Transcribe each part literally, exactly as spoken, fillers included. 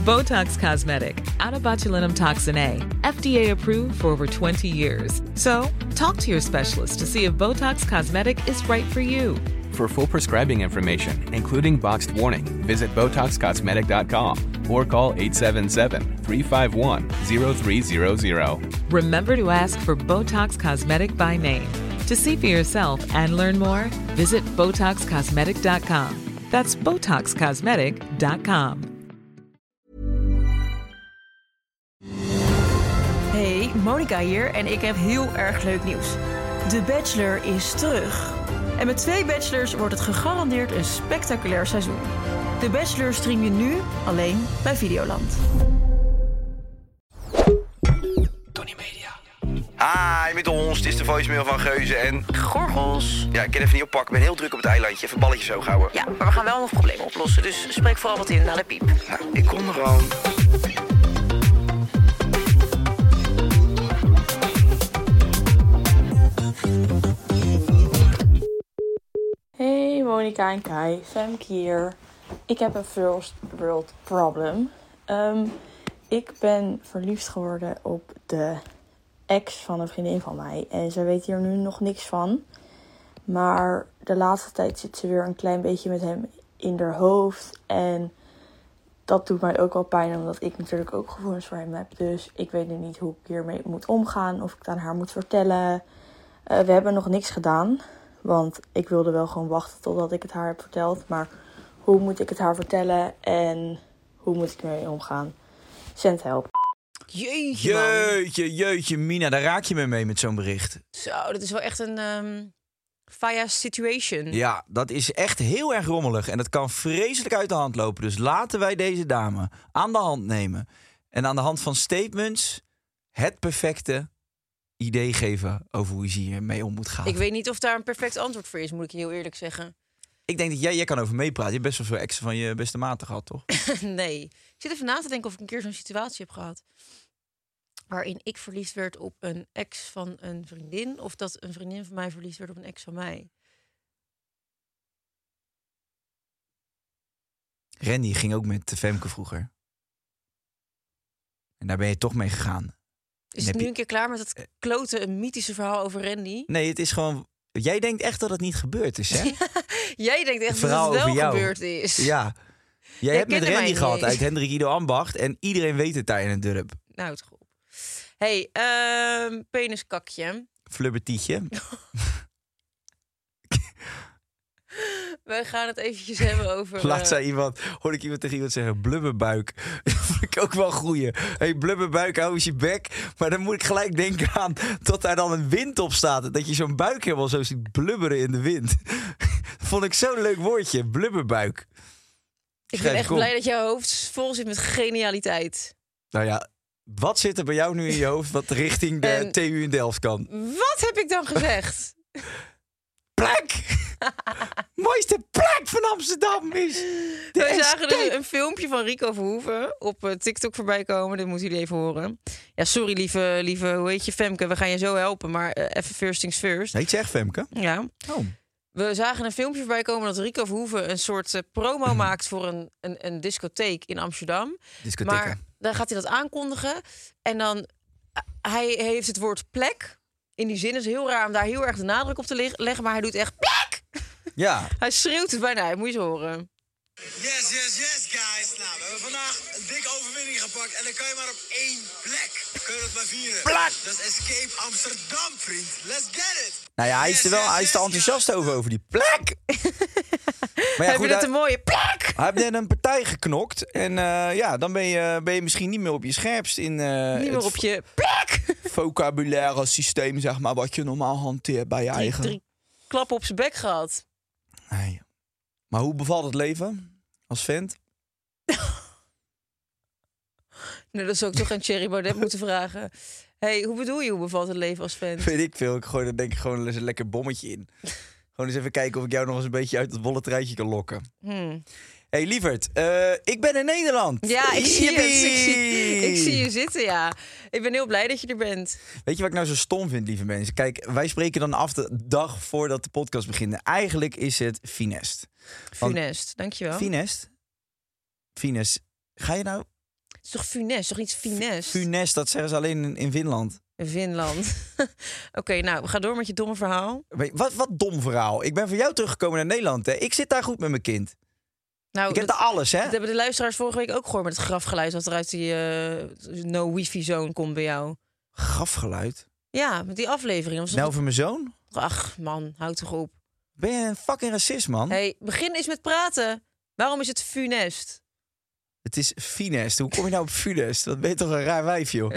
Botox Cosmetic, out of botulinum toxin A, F D A approved for over twenty years. So, talk to your specialist to see if Botox Cosmetic is right for you. For full prescribing information, including boxed warning, visit Botox Cosmetic dot com or call eight seven seven, three five one, zero three zero zero. Remember to ask for Botox Cosmetic by name. To see for yourself and learn more, visit Botox Cosmetic dot com. That's Botox Cosmetic dot com. Hey, Monica hier en ik heb heel erg leuk nieuws. De Bachelor is terug. En met twee Bachelors wordt het gegarandeerd een spectaculair seizoen. De Bachelor stream je nu alleen bij Videoland. Tony Media. Hi, met ons. Het is de voicemail van Geuze en... Gorgels. Ja, ik kan even niet oppakken. Ik ben heel druk op het eilandje. Even balletjes zo houden. Ja, maar we gaan wel nog problemen oplossen. Dus spreek vooral wat in naar de piep. Nou, ik kom er gewoon. Hey Monica en Kai, Femke hier. Ik heb een first world problem. Um, ik ben verliefd geworden op de ex van een vriendin van mij. En ze weet hier nu nog niks van. Maar de laatste tijd zit ze weer een klein beetje met hem in haar hoofd. En dat doet mij ook wel pijn, omdat ik natuurlijk ook gevoelens voor hem heb. Dus ik weet nu niet hoe ik hiermee moet omgaan. Of ik het aan haar moet vertellen. Uh, we hebben nog niks gedaan. Want ik wilde wel gewoon wachten totdat ik het haar heb verteld. Maar hoe moet ik het haar vertellen en hoe moet ik ermee omgaan? Send help. Jeetje, man. Jeetje, jeetje, Mina. Daar raak je me mee met zo'n bericht. Zo, dat is wel echt een um, fire situation. Ja, dat is echt heel erg rommelig. En dat kan vreselijk uit de hand lopen. Dus laten wij deze dame aan de hand nemen. En aan de hand van statements het perfecte idee geven over hoe je hiermee om moet gaan. Ik weet niet of daar een perfect antwoord voor is, moet ik je heel eerlijk zeggen. Ik denk dat jij, jij kan over meepraten. Je hebt best wel veel exen van je beste maten gehad, toch? Nee. Ik zit even na te denken of ik een keer zo'n situatie heb gehad. Waarin ik verliefd werd op een ex van een vriendin. Of dat een vriendin van mij verliefd werd op een ex van mij. Randy ging ook met Femke vroeger. En daar ben je toch mee gegaan. Is het nu een keer klaar met het klote, een mythische verhaal over Randy? Nee, het is gewoon... Jij denkt echt dat het niet gebeurd is, hè? Jij denkt echt dat het wel gebeurd is. Ja. Jij, Jij hebt met Randy gehad uit Hendrik Ido Ambacht. En iedereen weet het daar in het dorp. Nou, het goed. Hey, uh, peniskakje. Flubbertietje. We gaan het eventjes hebben over... Laatst zei iemand, hoorde ik iemand tegen iemand zeggen, blubberbuik. Dat vond ik ook wel een goeie. Hey, blubberbuik, hou eens je bek. Maar dan moet ik gelijk denken aan dat daar dan een wind op staat. Dat je zo'n buik helemaal zo ziet blubberen in de wind. Dat vond ik zo'n leuk woordje, blubberbuik. Ik ben echt blij dat jouw hoofd vol zit met genialiteit. Nou ja, wat zit er bij jou nu in je hoofd wat richting de en... T U in Delft kan? Wat heb ik dan gezegd? Plek! Mooiste plek van Amsterdam is... Wij zagen dus een filmpje van Rico Verhoeven op uh, TikTok voorbij komen. Dit moeten jullie even horen. Ja, sorry lieve, lieve hoe heet je, Femke? We gaan je zo helpen, maar uh, even first things first. Heet je echt Femke? Ja. Oh. We zagen een filmpje voorbij komen dat Rico Verhoeven een soort uh, promo maakt voor een, een, een discotheek in Amsterdam. Discotheek. Maar dan gaat hij dat aankondigen. En dan, uh, hij heeft het woord plek. In die zin is het heel raar om daar heel erg de nadruk op te leg- leggen. Maar hij doet echt plek! Ja. Hij schreeuwt het bijna uit, moet je eens horen. Yes, yes, yes, guys. Nou, we hebben vandaag een dikke overwinning gepakt. En dan kan je maar op één plek. Kun je dat maar vieren. Plek! Dat is Escape Amsterdam, vriend. Let's get it! Nou ja, hij is er wel yes, hij is er enthousiast yes, over, over die plek. Maar ja, heb goed, je dat een mooie plek? Hij heeft net een partij geknokt. En uh, ja, dan ben je, ben je misschien niet meer op je scherpst in uh, niet meer op je plek. Vocabulaire systeem, zeg maar, wat je normaal hanteert bij je drie, eigen. Drie klappen op zijn bek gehad. Nee. Maar hoe bevalt het leven als vent? Nou, dat zou ik toch aan Thierry Baudet moeten vragen. Hey, hoe bedoel je, hoe bevalt het leven als vent? Weet ik veel. Ik gooi er denk ik gewoon eens een lekker bommetje in. Gewoon eens even kijken of ik jou nog eens een beetje uit het bolletrijtje kan lokken. Hmm. Hey lieverd, uh, ik ben in Nederland. Ja, ik zie, het, ik, zie, ik zie je zitten, ja. Ik ben heel blij dat je er bent. Weet je wat ik nou zo stom vind, lieve mensen? Kijk, wij spreken dan af de dag voordat de podcast begint. Eigenlijk is het Finest. Funest, dankjewel. Finest? Finest. Ga je nou... Het is toch funest, toch iets finest? Funest, dat zeggen ze alleen in, in Finland. In Finland. Oké, okay, nou, ga door met je domme verhaal. Wat, wat dom verhaal. Ik ben voor jou teruggekomen naar Nederland. Hè. Ik zit daar goed met mijn kind. Nou, ik heb dat, daar alles, hè? Dat hebben de luisteraars vorige week ook gehoord met het grafgeluid... wat er uit die uh, no-wifi-zone komt bij jou. Grafgeluid? Ja, met die aflevering. Was nou, voor mijn zoon? Ach, man, houd toch op. Ben je een fucking racist, man? Hey, begin eens met praten. Waarom is het funest? Het is finest. Hoe kom je nou op funest? Dat ben je toch een raar wijf, joh.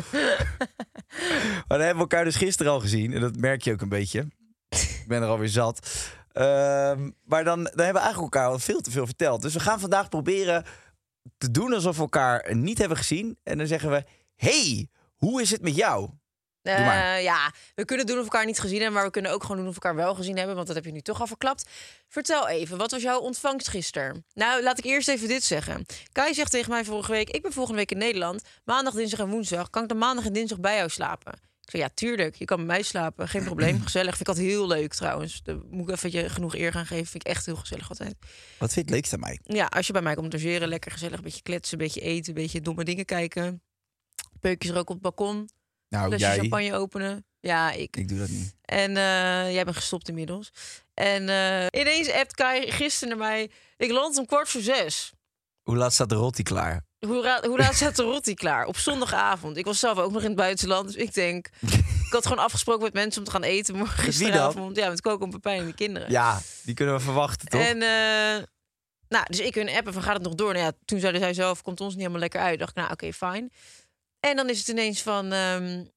Maar dan hebben we elkaar dus gisteren al gezien. En dat merk je ook een beetje. Ik ben er alweer zat. Uh, maar dan, dan hebben we eigenlijk elkaar al veel te veel verteld. Dus we gaan vandaag proberen te doen alsof we elkaar niet hebben gezien. En dan zeggen we, hey, hoe is het met jou? Uh, ja, we kunnen doen of we elkaar niet gezien hebben... maar we kunnen ook gewoon doen of we elkaar wel gezien hebben... want dat heb je nu toch al verklapt. Vertel even, wat was jouw ontvangst gisteren? Nou, laat ik eerst even dit zeggen. Kai zegt tegen mij vorige week... ik ben volgende week in Nederland. Maandag, dinsdag en woensdag. Kan ik dan maandag en dinsdag bij jou slapen? Ik zei, ja, tuurlijk. Je kan bij mij slapen. Geen probleem. Gezellig. Vind ik altijd heel leuk trouwens. Daar moet ik even genoeg eer gaan geven. Vind ik echt heel gezellig altijd. Wat vind je het leukste aan mij? Ja, als je bij mij komt logeren. Lekker gezellig. Een beetje kletsen, een beetje eten. Een beetje domme dingen kijken. Peukjes roken op het balkon. Nou, flesje jij... champagne openen. Ja, ik. Ik doe dat niet. En uh, jij bent gestopt inmiddels. En uh, ineens appt Kai gisteren naar mij... ik land om kwart voor zes. Hoe laat staat de rotti klaar? Hoe, ra- hoe laat staat de rotti klaar? Op zondagavond. Ik was zelf ook nog in het buitenland. Dus ik denk... ik had gewoon afgesproken met mensen om te gaan eten morgen gisteravond. Ja, met Coco en Pepijn en de kinderen. Ja, die kunnen we verwachten, toch? En... Uh, nou, dus ik hun appen van, gaat het nog door? Nou ja, toen zeiden zij zelf, komt ons niet helemaal lekker uit. Dacht ik, nou, oké, okay, fijn. En dan is het ineens van... Um,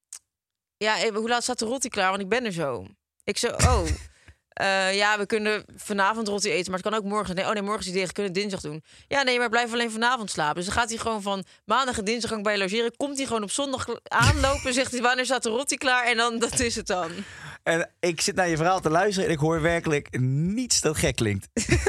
ja, hoe laat staat de rotti klaar? Want ik ben er zo. Ik zo, oh... Uh, ja, we kunnen vanavond rotti eten, maar het kan ook morgen. Nee, oh nee, morgen is die dicht. Kunnen we dinsdag doen. Ja, nee, maar blijf alleen vanavond slapen. Dus dan gaat hij gewoon van maandag en dinsdag gang bij je logeren. Komt hij gewoon op zondag aanlopen. Zegt hij, wanneer staat de rotti klaar? En dan, dat is het dan. En ik zit naar je verhaal te luisteren en ik hoor werkelijk niets dat gek klinkt.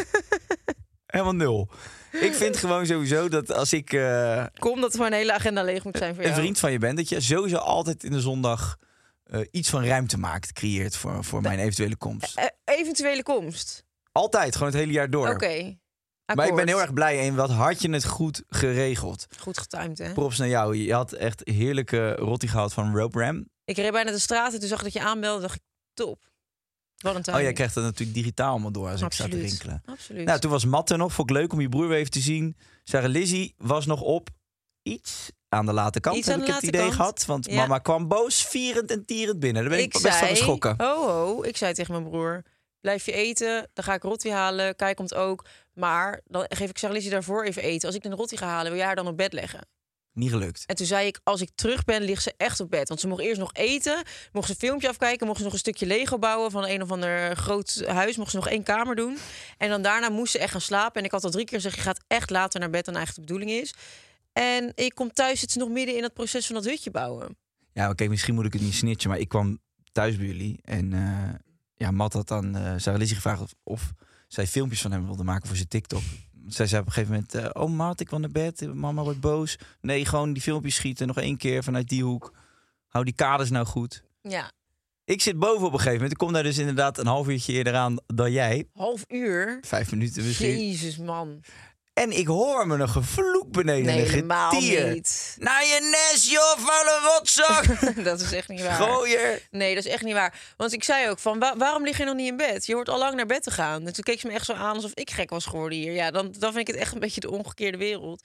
Helemaal nul. Ik vind gewoon sowieso dat als ik... Uh, Kom, dat mijn hele agenda leeg moet zijn voor een jou. Een vriend van je bent, dat je sowieso altijd in de zondag... Uh, iets van ruimte maakt, creëert voor, voor mijn eventuele komst. Uh, eventuele komst? Altijd, gewoon het hele jaar door. Oké. Okay. Maar ik ben heel erg blij en wat had je het goed geregeld. Goed getimed, hè? Props naar jou. Je had echt heerlijke rotti gehad van Rope Ram. Ik reed bijna de straat en toen zag ik dat je aanbelde. Dacht ik, top. Wat een timing. Oh, jij krijgt dat natuurlijk digitaal allemaal door als Absoluut. ik sta te rinkelen. Absoluut. Nou, toen was Matte nog. Vond ik leuk om je broer weer even te zien. Sarah Lizzie was nog op iets... aan de late kant, Iets heb ik het idee kant. gehad. Want ja. mama kwam boos, vierend en tierend binnen. Daar ben ik, ik best zei, van geschrokken. Oh, oh, ik zei tegen mijn broer... blijf je eten, dan ga ik rotti halen. Kijk komt ook. Maar dan geef ik Sarah Lizzie daarvoor even eten. Als ik een rotti ga halen, wil jij haar dan op bed leggen? Niet gelukt. En toen zei ik, als ik terug ben, ligt ze echt op bed. Want ze mocht eerst nog eten, mocht ze een filmpje afkijken... mocht ze nog een stukje Lego bouwen van een of ander groot huis... mocht ze nog één kamer doen. En dan daarna moest ze echt gaan slapen. En ik had al drie keer gezegd, je gaat echt later naar bed dan eigenlijk de bedoeling is... En ik kom thuis, zit ze nog midden in het proces van dat hutje bouwen. Ja, oké, okay, misschien moet ik het niet snitchen, maar ik kwam thuis bij jullie. En uh, ja, Matt had dan uh, Sarah Lizzie gevraagd of, of zij filmpjes van hem wilde maken voor zijn TikTok. Zij zei op een gegeven moment, uh, oh Matt, ik wil naar bed, mama wordt boos. Nee, gewoon die filmpjes schieten, nog één keer vanuit die hoek. Hou die kaders nou goed. Ja. Ik zit boven op een gegeven moment. Ik kom daar dus inderdaad een half uurtje eerder aan dan jij. Half uur? Vijf minuten misschien. Jezus, man. En ik hoor me een gevloek beneden. Nee, een helemaal getier. niet. Naar je nest, joh, vuile rotzak. Dat is echt niet waar. Gooier. Nee, dat is echt niet waar. Want ik zei ook van, wa- waarom lig je nog niet in bed? Je hoort al lang naar bed te gaan. En toen keek ze me echt zo aan alsof ik gek was geworden hier. Ja, dan, dan vind ik het echt een beetje de omgekeerde wereld.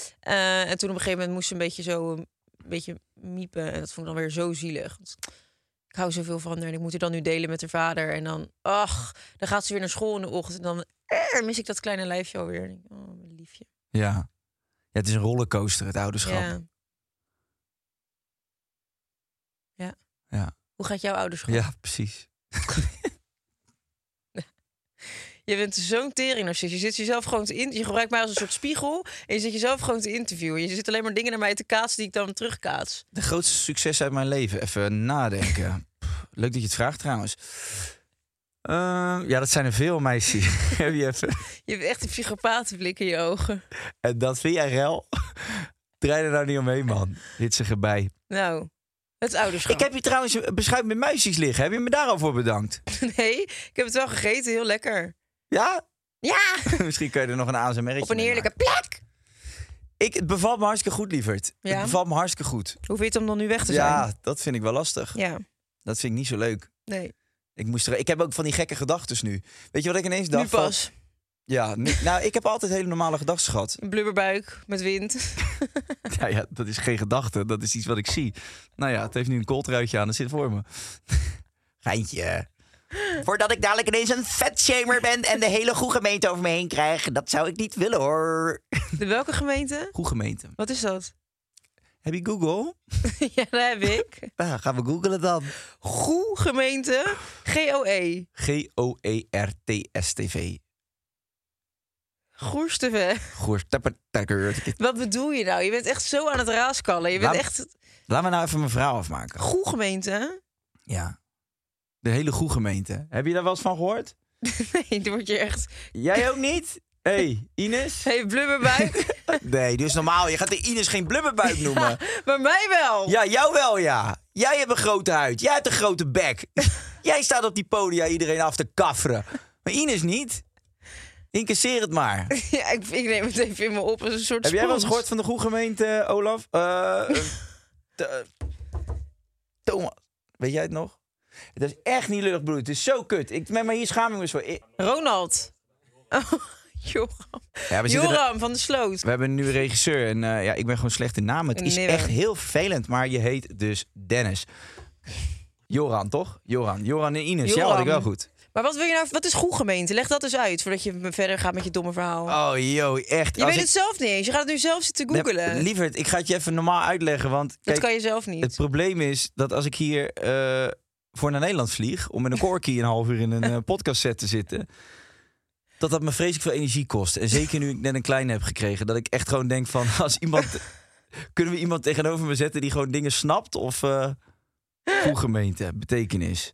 Uh, en toen op een gegeven moment moest ze een beetje zo... een beetje miepen. En dat vond ik dan weer zo zielig. Ik hou zoveel van haar en ik moet haar dan nu delen met haar vader. En dan, ach, dan gaat ze weer naar school in de ochtend. En dan eh, mis ik dat kleine lijfje alweer. Oh, mijn liefje. Ja. Ja, het is een rollercoaster, het ouderschap. Ja. Ja. Ja. Hoe gaat jouw ouderschap? Ja, precies. Je bent zo'n teringnarcist. Je zit jezelf gewoon te in. Je gebruikt mij als een soort spiegel. En je zit jezelf gewoon te interviewen. Je zit alleen maar dingen naar mij te kaatsen die ik dan terugkaats. De grootste succes uit mijn leven. Even nadenken. Pff, leuk dat je het vraagt trouwens. Uh, ja, dat zijn er veel, meisjes. Heb je even... Je hebt echt een psychopatenblik in je ogen. En dat vind jij rel? Draai er nou niet omheen, man. Dit zeg erbij. Nou, het ouderschap. Ik heb hier trouwens een beschuit met muisjes liggen. Heb je me daar al voor bedankt? Nee, ik heb het wel gegeten. Heel lekker. Ja? Ja! Misschien kun je er nog een A S M R'tje op een heerlijke plek. Ik, het bevalt me hartstikke goed, lieverd. Ja? Het bevalt me hartstikke goed. Hoe vind je het om dan nu weg te zijn? Ja, dat vind ik wel lastig. Ja. Dat vind ik niet zo leuk. Nee. Ik, moest er, ik heb ook van die gekke gedachten nu. Weet je wat ik ineens dacht? Nu pas. Van, ja, nu, nou, ik heb altijd hele normale gedachten gehad. Een blubberbuik met wind. Ja, ja, dat is geen gedachte. Dat is iets wat ik zie. Nou ja, het heeft nu een kooltruitje aan. Dat zit voor me. Geintje. Voordat ik dadelijk ineens een vetshamer ben en de hele goede gemeente over me heen krijg. Dat zou ik niet willen, hoor. De welke gemeente? Goede gemeente. Wat is dat? Heb je Google? Ja, dat heb ik. Nou, gaan we googlen dan. Goe gemeente. G O E. G O E R T S T V. Goersteve. Goersteppertekker. Wat bedoel je nou? Je bent echt zo aan het raaskallen. Je bent Laat- echt... Laten we nou even mijn verhaal afmaken. Goe gemeente? Ja. De hele goede gemeente. Heb je daar wel eens van gehoord? Nee, dan word je echt... Jij ook niet? Hé, hey, Ines? Hey, blubberbuik. Nee, dus normaal. Je gaat de Ines geen blubberbuik noemen. Maar mij wel. Ja, jou wel, ja. Jij hebt een grote huid. Jij hebt een grote bek. Jij staat op die podia iedereen af te kafferen. Maar Ines niet. Incasseer het maar. Ja, ik, ik neem het even in me op als een soort Heb jij wel eens spons. gehoord van de goede gemeente, Olaf? Eh, eh, de- Thomas. Weet jij het nog? Het is echt niet lullig, broer. Het is zo kut. Ik, maar hier schaam ik me eens voor. Ik- Ronald. Oh, Joram. Ja, we, zitten er- Joram van de Sloot. we hebben een nieuwe regisseur. En eh, ja, ik ben gewoon slecht in namen. Het is Nee, echt wel. heel vervelend. Maar je heet dus Dennis. Joran, toch? Joran. Joran en Ines. Ja, Joran. had ik wel goed. Maar wat wil je nou? Wat is goe gemeente? Leg dat eens uit voordat je me verder gaat met je domme verhaal. Oh, yo, echt. je Als weet ik- het zelf niet eens. Je gaat het nu zelf zitten Nee, googelen. lieverd, ik ga het je even normaal uitleggen. Want dat kijk, kan je zelf niet. het probleem is dat als ik hier eh, voor naar Nederland vlieg... om met een corky een half uur in een eh, podcast set te zitten... dat dat me vreselijk veel energie kost. En zeker nu ik net een kleine heb gekregen... dat ik echt gewoon denk van... als iemand, kunnen we iemand tegenover me zetten die gewoon dingen snapt? Of uh, goede gemeente, betekenis.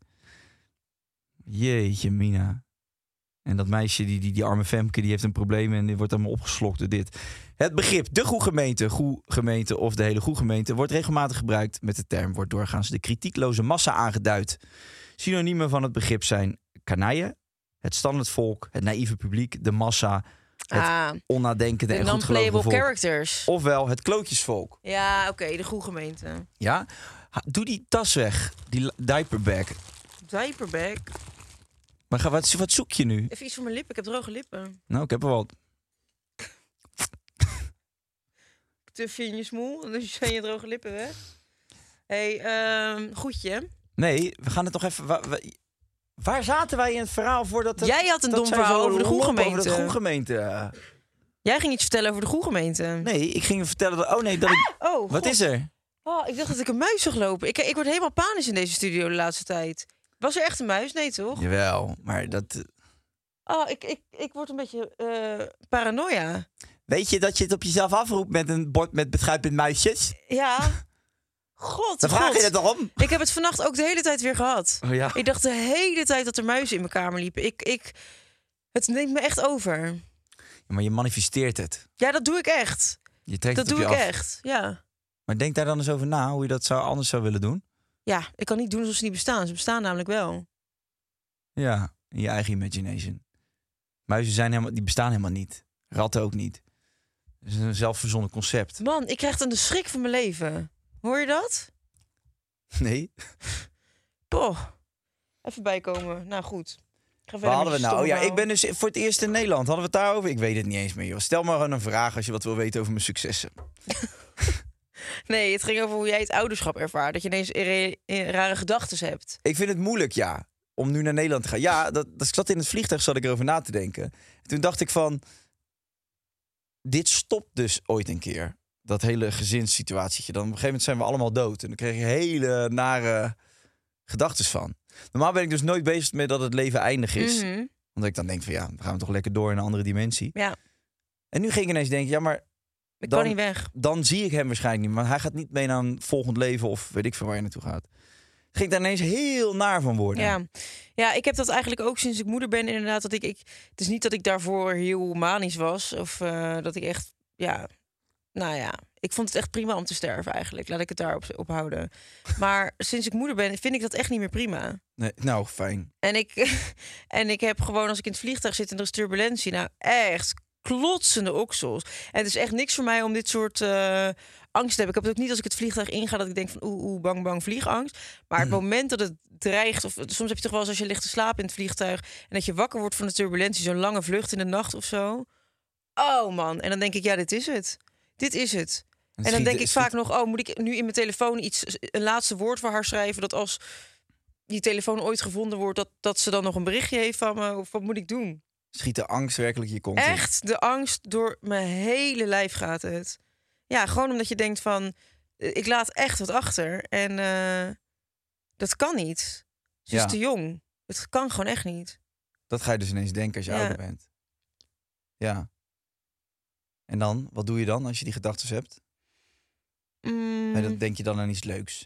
Jeetje, Mina. En dat meisje, die, die, die arme Femke, die heeft een probleem... en die wordt allemaal opgeslokt door dit. Het begrip de goede gemeente, goede gemeente of de hele goede gemeente... wordt regelmatig gebruikt. Met de term wordt doorgaans de kritiekloze massa aangeduid. Synoniemen van het begrip zijn kanaille... het standaardvolk, het naïeve publiek, de massa... het ah, onnadenkende de en goedgelovige non-playable volk. characters. Ofwel het klootjesvolk. Ja, oké, de goe gemeente. Ja? Ha, doe die tas weg, die la- diaperbag. Diaperback. Maar ga, wat, wat zoek je nu? Even iets voor mijn lippen. Ik heb droge lippen. Nou, ik heb er wel... Tufje in je smoel. En dan zijn je droge lippen weg. Hé, hey, um, goedje. Nee, we gaan het nog even... wa- wa- waar zaten wij in het verhaal voordat... Het, Jij had een dat dom zij verhaal zo over de goe lomp gemeente. Over de goe gemeente. Jij ging iets vertellen over de goe gemeente. Nee, ik ging je vertellen dat... Oh nee, dat ik... Oh, Wat God. is er? Oh, ik dacht dat ik een muis zag lopen. Ik, ik word helemaal panisch in deze studio de laatste tijd. Was er echt een muis? Nee, toch? Jawel, maar dat... Oh, ik, ik, ik word een beetje eh, paranoia. Weet je dat je het op jezelf afroept met een bord met beschuipend muisjes? Ja. God, Dan vraag God. je het toch om? Ik heb het vannacht ook de hele tijd weer gehad. Oh ja. Ik dacht de hele tijd dat er muizen in mijn kamer liepen. Ik, ik, het neemt me echt over. Ja, maar je manifesteert het. Ja, dat doe ik echt. Je trekt Dat het op doe je ik af. echt, ja. Maar denk daar dan eens over na, hoe je dat zou, anders zou willen doen. Ja, ik kan niet doen alsof ze niet bestaan. Ze bestaan namelijk wel. Ja, in je eigen imagination. Muizen zijn helemaal, die bestaan helemaal niet. Ratten ook niet. Het is een zelfverzonnen concept. Man, ik krijg dan de schrik van mijn leven. Hoor je dat? Nee. Poh. Even bijkomen. Nou goed. Ik ga Waar verder hadden we met je nou? Oh ja, stomme ik ben dus voor het eerst in Nederland. Hadden we het daarover? Ik weet het niet eens meer, joh. Stel maar gewoon een vraag als je wat wil weten over mijn successen. Nee, het ging over hoe jij het ouderschap ervaart. Dat je ineens re- rare gedachten hebt. Ik vind het moeilijk, ja, om nu naar Nederland te gaan. Ja, dat, dat ik zat in het vliegtuig, zat ik erover na te denken. Toen dacht ik van, dit stopt dus ooit een keer. Dat hele gezinssituatietje. Dan op een gegeven moment zijn we allemaal dood. En dan krijg je hele nare gedachten van. Normaal ben ik dus nooit bezig met dat het leven eindig is. Mhm. Omdat ik dan denk van, ja, dan gaan we toch lekker door in een andere dimensie. Ja, En nu ging ik ineens denken, ja, maar ik Dan- kan niet weg. dan zie ik hem waarschijnlijk niet. Maar hij gaat niet mee naar een volgend leven of weet ik veel waar je naartoe gaat. Ging ik daar ineens heel naar van worden. Ja. ja, ik heb dat eigenlijk ook sinds ik moeder ben inderdaad. Dat ik, ik, het is niet dat ik daarvoor heel manisch was. Of eh, dat ik echt, ja... Nou ja, ik vond het echt prima om te sterven eigenlijk. Laat ik het daarop op houden. Maar sinds ik moeder ben, vind ik dat echt niet meer prima. Nee, nou, fijn. En ik, en ik heb gewoon, als ik in het vliegtuig zit en er is turbulentie... nou, echt klotsende oksels. En het is echt niks voor mij om dit soort uh, angst te hebben. Ik heb het ook niet als ik het vliegtuig inga dat ik denk van oeh, oeh bang, bang, vliegangst. Maar mm. het moment dat het dreigt, of soms heb je toch wel eens als je ligt te slapen in het vliegtuig en dat je wakker wordt van de turbulentie, zo'n lange vlucht in de nacht of zo. Oh man, en dan denk ik, ja, dit is het. Dit is het. En, en dan denk ik schiet... vaak nog, oh, moet ik nu in mijn telefoon iets, een laatste woord voor haar schrijven, dat als die telefoon ooit gevonden wordt, dat, dat ze dan nog een berichtje heeft van me, of wat moet ik doen? Schiet de angst werkelijk je kont in? Echt, de angst door mijn hele lijf gaat het. Ja, gewoon omdat je denkt van, ik laat echt wat achter. En uh, dat kan niet. Ze ja. is te jong. Het kan gewoon echt niet. Dat ga je dus ineens denken als je ja. ouder bent. Ja. En dan, wat doe je dan als je die gedachten hebt? Mm. Nee, dan denk je dan aan iets leuks.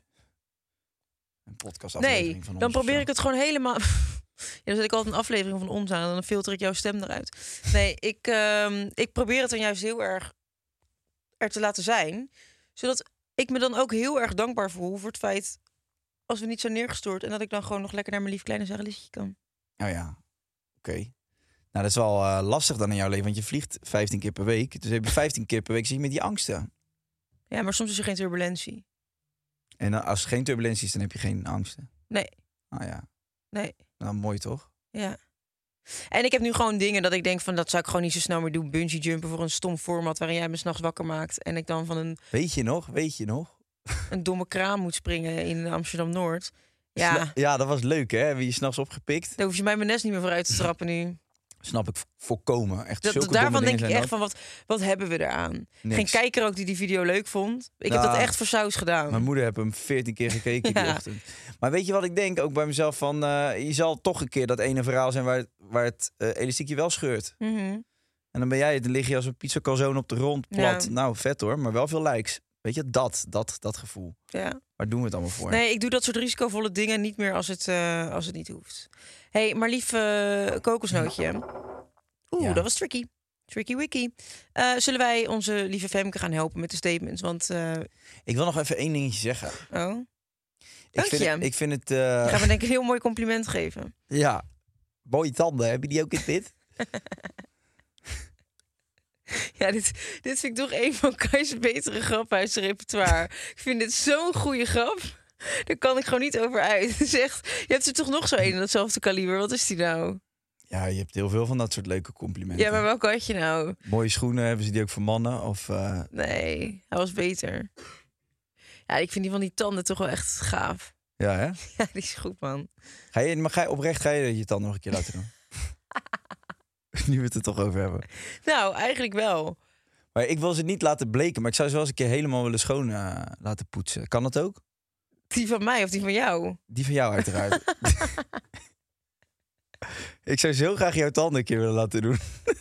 Een podcastaflevering nee, van ons. Dan probeer ik het gewoon helemaal... Ja, dan zet ik altijd een aflevering van ons aan en dan filter ik jouw stem eruit. Nee, ik, uh, ik probeer het dan juist heel erg er te laten zijn. Zodat ik me dan ook heel erg dankbaar voel voor het feit als we niet zijn neergestort. En dat ik dan gewoon nog lekker naar mijn lief kleine Zareliesje kan. Oh ja, oké. Okay. Nou, dat is wel uh, lastig dan in jouw leven, want je vliegt vijftien keer per week. Dus heb je vijftien keer per week zit je met die angsten. Ja, maar soms is er geen turbulentie. En uh, als er geen turbulentie is, dan heb je geen angsten? Nee. Ah ja. Nee. Nou, mooi toch? Ja. En ik heb nu gewoon dingen dat ik denk van, dat zou ik gewoon niet zo snel meer doen. Bungee jumpen voor een stom format waarin jij me 's nachts wakker maakt. En ik dan van een... Weet je nog? Weet je nog? Een domme kraan moet springen in Amsterdam-Noord. Ja. Ja, dat was leuk, hè? Heb je 's nachts opgepikt? Daar hoef je mij mijn nest niet meer voor uit te trappen nu. Snap ik volkomen. Echt dat, zulke daarvan denk ik echt dat. van, wat, wat hebben we eraan? Niks. Geen kijker ook die die video leuk vond. Ik nou, heb dat echt voor saus gedaan. Mijn moeder heeft hem veertien keer gekeken ja. die ochtend. Maar weet je wat ik denk? Ook bij mezelf van, uh, je zal toch een keer dat ene verhaal zijn waar, waar het uh, elastiekje wel scheurt. Mm-hmm. En dan ben jij het, dan lig je als een pizza calzone op de grond plat. Ja. Nou, vet hoor, maar wel veel likes. Weet je, dat, dat, dat gevoel. Ja. Waar doen we het allemaal voor? Nee, ik doe dat soort risicovolle dingen niet meer als het, uh, als het niet hoeft. Hé, hey, maar lief uh, kokosnootje. Oeh, ja. dat was tricky. Tricky wicky. Uh, zullen wij onze lieve Femke gaan helpen met de statements? Want uh... ik wil nog even één dingetje zeggen. Oh. Ik vind je. het, ik vind het. Uh... Ik ga me denk ik een heel mooi compliment geven. Ja. Mooie tanden. Heb je die ook in dit? Ja, dit, dit vind ik toch een van Kai's betere grappen uit zijn repertoire. Ik vind dit zo'n goede grap. Daar kan ik gewoon niet over uit. Zeg, je hebt er toch nog zo een in datzelfde kaliber. Wat is die nou? Ja, je hebt heel veel van dat soort leuke complimenten. Ja, maar welke had je nou? Mooie schoenen, hebben ze die ook voor mannen? Of, uh... Nee, hij was beter. Ja, ik vind die van die tanden toch wel echt gaaf. Ja, hè? Ja, die is goed, man. Ga je, maar ga je oprecht ga je je tanden nog een keer laten doen? Nu we het er toch over hebben. Nou, eigenlijk wel. Maar ik wil ze niet laten bleken, maar ik zou ze wel eens een keer helemaal willen schoon uh, laten poetsen. Kan dat ook? Die van mij of die van jou? Die van jou uiteraard. Ik zou zo graag jouw tanden een keer willen laten doen.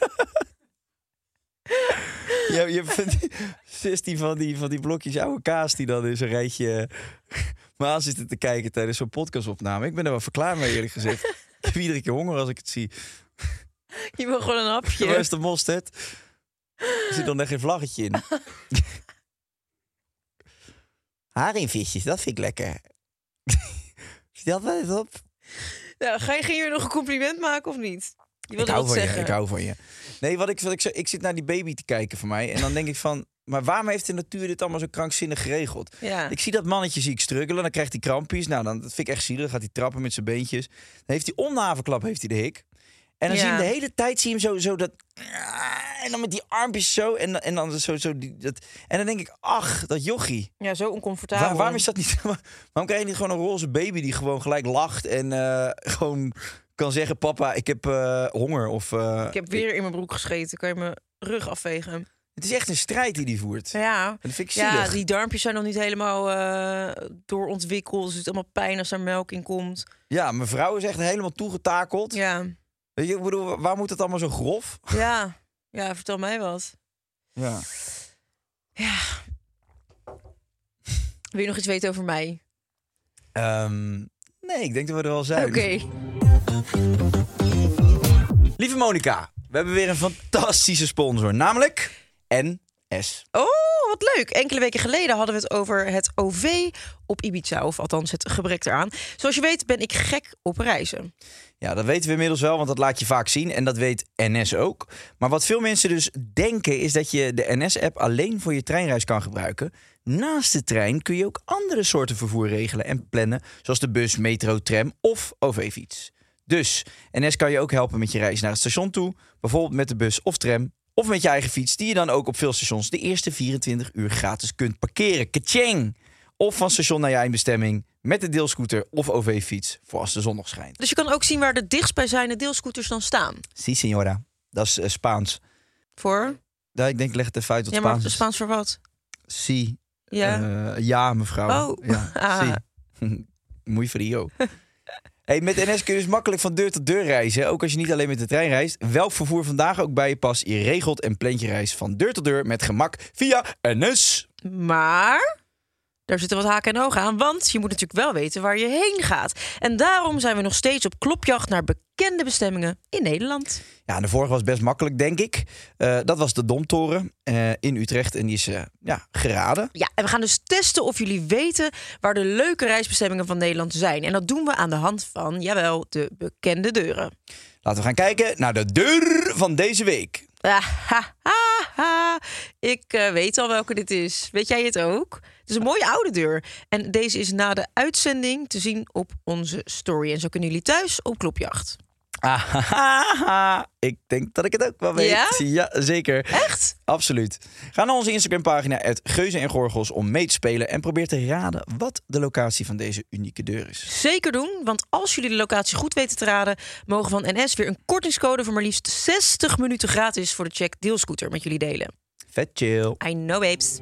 je, je hebt zestien van die, van die blokjes oude kaas die dan in zo'n rijtje me aan zitten te kijken tijdens zo'n podcastopname. Ik ben er wel verklaar mee, eerlijk gezegd. Ik heb iedere keer honger als ik het zie. Je wil gewoon een hapje. Waar is de mosterd? Er zit dan echt geen vlaggetje in. Haringvisjes, dat vind ik lekker. Stel dat eens op. Nou, ga je, ging je nog een compliment maken of niet? Je ik hou wat van zeggen. je, ik hou van je. Nee, wat ik, wat ik, ik zit naar die baby te kijken van mij. En dan denk ik van, maar waarom heeft de natuur dit allemaal zo krankzinnig geregeld? Ja. Ik zie dat mannetje zie ik struggelen, dan krijgt hij krampjes. Nou, dan, dat vind ik echt zielig. Dan gaat hij trappen met zijn beentjes. Dan heeft hij om de havenklap heeft hij de hik. En dan ja. zie je hem de hele tijd zie je hem zo, zo dat... En dan met die armpjes zo. En, en dan zo, zo die, dat. En dan denk ik, ach, dat jochie. Ja, zo oncomfortabel. Waar, waarom is dat niet... Waarom krijg je niet gewoon een roze baby die gewoon gelijk lacht en uh, gewoon kan zeggen, papa, ik heb uh, honger. Of, uh, ik heb weer in mijn broek gescheten. Kan je mijn rug afvegen? Het is echt een strijd die die voert. Ja, en dat vind ik ja, die darmpjes zijn nog niet helemaal uh, doorontwikkeld. Dus het is allemaal pijn als er melk in komt. Ja, mijn vrouw is echt helemaal toegetakeld. Ja. Weet je, ik bedoel, waar moet het allemaal zo grof? Ja, ja, vertel mij wat. Ja. Ja. Wil je nog iets weten over mij? Um, nee, ik denk dat we er al zijn. Oké. Okay. Lieve Monica, we hebben weer een fantastische sponsor, namelijk N S. Oh, wat leuk. Enkele weken geleden hadden we het over het O V op Ibiza. Of althans het gebrek eraan. Zoals je weet ben ik gek op reizen. Ja, dat weten we inmiddels wel, want dat laat je vaak zien. En dat weet N S ook. Maar wat veel mensen dus denken is dat je de N S-app alleen voor je treinreis kan gebruiken. Naast de trein kun je ook andere soorten vervoer regelen en plannen. Zoals de bus, metro, tram of O V-fiets. Dus N S kan je ook helpen met je reis naar het station toe. Bijvoorbeeld met de bus of tram. Of met je eigen fiets, die je dan ook op veel stations de eerste vierentwintig uur gratis kunt parkeren. Kaching! Of van station naar je eindbestemming met de deelscooter of O V-fiets voor als de zon nog schijnt. Dus je kan ook zien waar de dichtstbijzijnde deelscooters dan staan. Si, signora. Dat is uh, Spaans. Voor? Ja, ik denk, leg het even uit wat ja, Spaans maar is. Spaans voor wat? Si. Ja, Uh, ja mevrouw. Oh. Ja, Ah. si. Muy frio. Hey, met N S kun je dus makkelijk van deur tot deur reizen. Ook als je niet alleen met de trein reist. Welk vervoer vandaag ook bij je past. Je regelt en plant je reis van deur tot deur met gemak via N S. Maar daar zitten wat haken en ogen aan, want je moet natuurlijk wel weten waar je heen gaat. En daarom zijn we nog steeds op klopjacht naar bekende bestemmingen in Nederland. Ja, en de vorige was best makkelijk, denk ik. Uh, dat was de Domtoren uh, in Utrecht. En die is uh, ja, geraden. Ja, en we gaan dus testen of jullie weten waar de leuke reisbestemmingen van Nederland zijn. En dat doen we aan de hand van, jawel, de bekende deuren. Laten we gaan kijken naar de deur van deze week. Ah, ha, ha, ha. Ik uh, weet al welke dit is. Weet jij het ook? Het is een mooie oude deur. En deze is na de uitzending te zien op onze story. En zo kunnen jullie thuis op klopjacht. Ah, ik denk dat ik het ook wel weet. Ja? Ja, zeker. Echt? Absoluut. Ga naar onze Instagram-pagina at Geuzen en Gorgels om mee te spelen en probeer te raden wat de locatie van deze unieke deur is. Zeker doen, want als jullie de locatie goed weten te raden, mogen van N S weer een kortingscode voor maar liefst zestig minuten gratis voor de check deelscooter met jullie delen. Vet chill. I know, babes.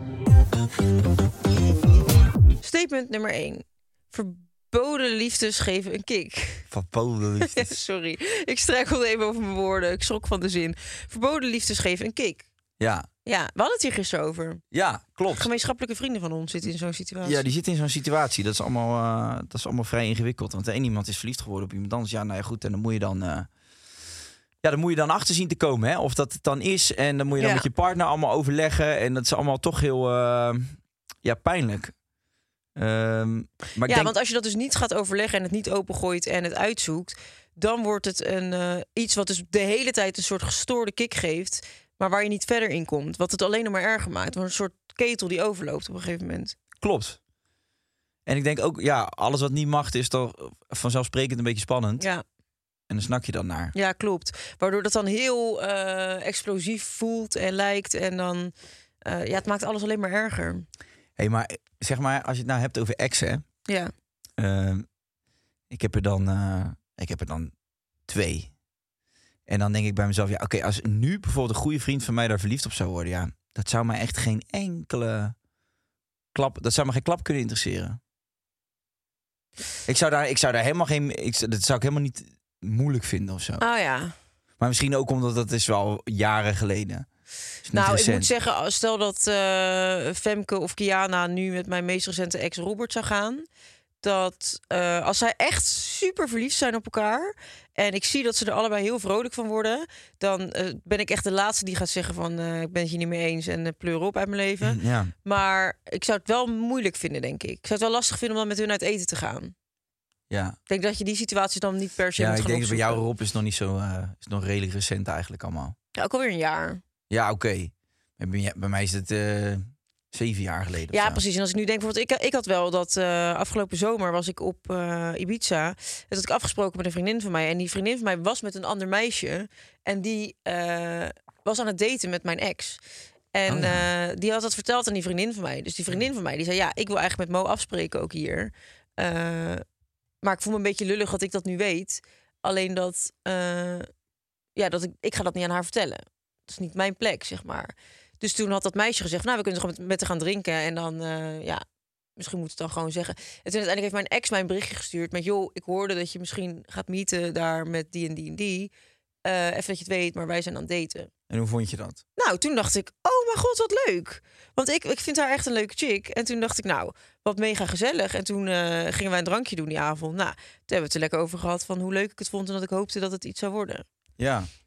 Statement nummer één. Verboden liefdes geven een kick. Verboden liefdes. Sorry, ik struikelde even over mijn woorden. Ik schrok van de zin. Verboden liefdes geven een kick. Ja. Ja, we hadden het hier gisteren over. Ja, klopt. Gemeenschappelijke vrienden van ons zitten in zo'n situatie. Ja, die zitten in zo'n situatie. Dat is allemaal, uh, dat is allemaal vrij ingewikkeld. Want de een iemand is verliefd geworden op iemand anders. Ja, nou ja, goed. En dan moet je dan... Uh, ja, dan moet je dan achter zien te komen, hè. Of dat het dan is. En dan moet je dan Ja. met je partner allemaal overleggen. En dat is allemaal toch heel... Uh, ja, pijnlijk. Um, maar ik ja, denk... want als je dat dus niet gaat overleggen en het niet opengooit en het uitzoekt, dan wordt het een, uh, iets wat dus de hele tijd een soort gestoorde kick geeft, maar waar je niet verder in komt. Wat het alleen nog maar erger maakt. Wordt een soort ketel die overloopt op een gegeven moment. Klopt. En ik denk ook, ja, alles wat niet mag is toch vanzelfsprekend een beetje spannend. Ja, En dan snak je dan naar. ja klopt. Waardoor dat dan heel uh, explosief voelt en lijkt. En dan, uh, ja, het maakt alles alleen maar erger. Hé, hey, maar zeg maar, als je het nou hebt over exen. Ja. Uh, ik heb er dan, uh, ik heb er dan twee. En dan denk ik bij mezelf, ja, oké, okay, als nu bijvoorbeeld een goede vriend van mij daar verliefd op zou worden, ja, dat zou mij echt geen enkele klap, dat zou me geen klap kunnen interesseren. Ik zou daar, ik zou daar helemaal geen, ik, dat zou ik helemaal niet moeilijk vinden of zo. Oh ja. Maar misschien ook omdat dat is wel jaren geleden. Nou, recent. ik moet zeggen, stel dat uh, Femke of Kiana nu met mijn meest recente ex Robert zou gaan, dat uh, als zij echt super verliefd zijn op elkaar en ik zie dat ze er allebei heel vrolijk van worden, dan uh, ben ik echt de laatste die gaat zeggen van uh, ik ben het hier niet mee eens en uh, pleur op uit mijn leven. Ja. Maar ik zou het wel moeilijk vinden, denk ik. Ik zou het wel lastig vinden om dan met hun uit eten te gaan. Ja. Ik denk dat je die situatie dan niet per se Ja, moet ik gaan denk dat bij jou opzoeken. Rob is nog niet zo, uh, is nog redelijk recent eigenlijk allemaal. Ja, ook alweer een jaar. Ja, oké. Okay. Bij, bij mij is het uh, zeven jaar geleden. Ja, zo. precies. En als ik nu denk, bijvoorbeeld, ik, ik had wel dat uh, afgelopen zomer was ik op uh, Ibiza. Dat had ik afgesproken met een vriendin van mij. En die vriendin van mij was met een ander meisje. En die uh, was aan het daten met mijn ex. En oh, ja. uh, die had dat verteld aan die vriendin van mij. Dus die vriendin van mij, die zei, ja, ik wil eigenlijk met Mo afspreken ook hier. Uh, maar ik voel me een beetje lullig dat ik dat nu weet. Alleen dat, uh, ja, dat ik, ik ga dat niet aan haar vertellen. Dat is niet mijn plek, zeg maar. Dus toen had dat meisje gezegd, nou, we kunnen gewoon met, met haar gaan drinken. En dan, uh, ja, misschien moet het dan gewoon zeggen. En toen uiteindelijk heeft mijn ex mij een berichtje gestuurd met, joh, ik hoorde dat je misschien gaat meeten daar met die en die en die. Uh, even dat je het weet, maar wij zijn aan het daten. En hoe vond je dat? Nou, toen dacht ik, oh mijn god, wat leuk. Want ik, ik vind haar echt een leuke chick. En toen dacht ik, nou, wat mega gezellig. En toen uh, gingen wij een drankje doen die avond. Nou, toen hebben we het er lekker over gehad van hoe leuk ik het vond en dat ik hoopte dat het iets zou worden. Ja.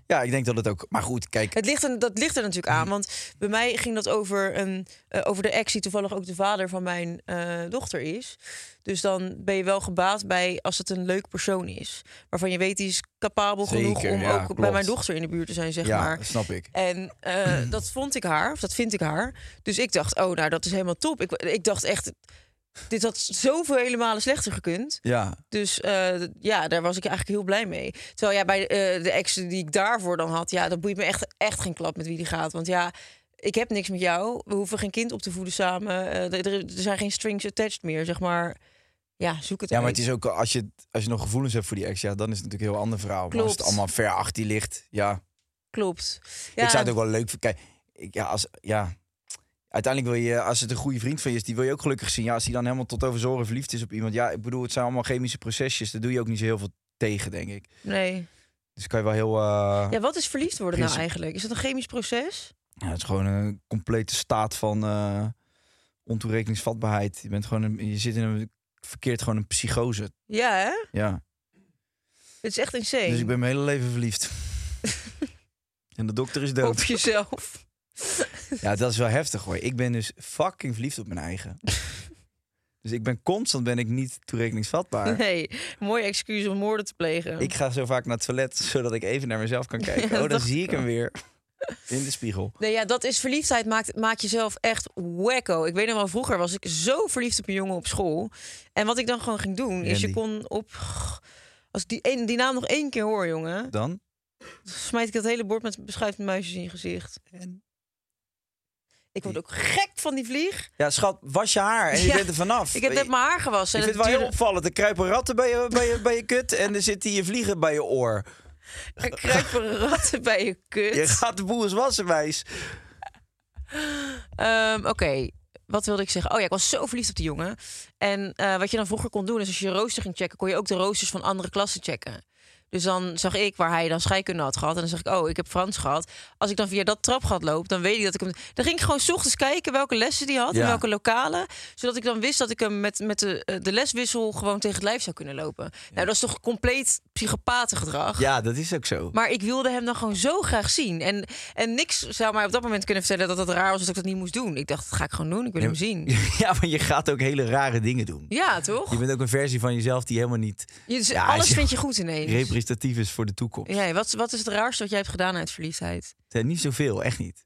Ja, ik denk dat het ook... Maar goed, kijk... Het ligt er, dat ligt er natuurlijk aan. Want bij mij ging dat over, een, uh, over de ex... die toevallig ook de vader van mijn uh, dochter is. Dus dan ben je wel gebaat bij als het een leuk persoon is. Waarvan je weet, die is capabel Zeker, genoeg... om ja, ook klopt. bij mijn dochter in de buurt te zijn, zeg ja, maar. Ja, snap ik. En uh, dat vond ik haar, of dat vind ik haar. Dus ik dacht, oh, nou, dat is helemaal top. Ik, ik dacht echt... Dit had zoveel hele malen slechter gekund. Ja. Dus uh, ja, daar was ik eigenlijk heel blij mee. Terwijl ja, bij uh, de ex die ik daarvoor dan had... ja, dat boeit me echt, echt geen klap met wie die gaat. Want ja, ik heb niks met jou. We hoeven geen kind op te voeden samen. Uh, er, er zijn geen strings attached meer, zeg maar. Ja, zoek het Ja, maar uit. het is ook... Als je, als je nog gevoelens hebt voor die ex... ja, dan is het natuurlijk een heel ander verhaal. Maar als het allemaal ver achter je ligt... ja. Klopt. Ja. Ik zou het ook wel leuk vinden. Kijk, ik, ja, als... Ja... Uiteindelijk wil je, als het een goede vriend van je is, die wil je ook gelukkig zien. Ja, als die dan helemaal tot over zijn oren verliefd is op iemand. Ja, ik bedoel, het zijn allemaal chemische procesjes. Daar doe je ook niet zo heel veel tegen, denk ik. Nee. Dus kan je wel heel... Uh, ja, wat is verliefd worden nou eigenlijk? Is dat een chemisch proces? Ja, het is gewoon een complete staat van uh, ontoerekeningsvatbaarheid. Je bent gewoon een, je zit in een verkeerd gewoon een psychose. Ja, hè? Ja. Het is echt insane. Dus ik ben mijn hele leven verliefd. En de dokter is dood. Op jezelf. Ja, dat is wel heftig hoor. Ik ben dus fucking verliefd op mijn eigen. Dus ik ben constant ben ik niet toerekeningsvatbaar. Nee, mooi excuus om moorden te plegen. Ik ga zo vaak naar het toilet, zodat ik even naar mezelf kan kijken. Ja, oh, dan dat zie ik hem weer. In de spiegel. Nee, ja, dat is verliefdheid. Maakt, maakt jezelf echt wacko. Ik weet nog wel, vroeger was ik zo verliefd op een jongen op school. En wat ik dan gewoon ging doen, is je kon op... Als ik die, een, die naam nog één keer hoor, jongen... Dan? Smijt ik dat hele bord met beschuift muisjes in je gezicht. En? Ik word ook gek van die vlieg. Ja, schat, was je haar en je Ja, bent er vanaf. Ik heb net mijn haar gewassen. Ik en vind het wel duurde... heel opvallend. Er kruipen ratten bij je, bij je, bij je kut en er zitten hier vliegen bij je oor. Er kruipen ratten bij je kut. Je gaat de boel eens wassen, wijs. Um, Oké, okay. Wat wilde ik zeggen? Oh ja, ik was zo verliefd op die jongen. En uh, wat je dan vroeger kon doen, is als je je rooster ging checken, kon je ook de roosters van andere klassen checken. Dus dan zag ik waar hij dan scheikunde had gehad. En dan zeg ik, oh, ik heb Frans gehad. Als ik dan via dat trapgat loop, dan weet ik dat ik hem... Dan ging ik gewoon 's ochtends kijken welke lessen die had. Ja. En welke lokalen. Zodat ik dan wist dat ik hem met, met de, de leswissel gewoon tegen het lijf zou kunnen lopen. Ja. Nou, dat is toch compleet psychopatengedrag? Ja, dat is ook zo. Maar ik wilde hem dan gewoon zo graag zien. En, en niks zou mij op dat moment kunnen vertellen dat het raar was dat ik dat niet moest doen. Ik dacht, dat ga ik gewoon doen. Ik wil ja, hem zien. Ja, maar je gaat ook hele rare dingen doen. Ja, toch? Je bent ook een versie van jezelf die helemaal niet... Je, dus ja, alles vind je goed ineens. Representatief is voor de toekomst. Ja, wat, wat is het raarste wat jij hebt gedaan uit verliefdheid? Ja, niet zoveel, echt niet.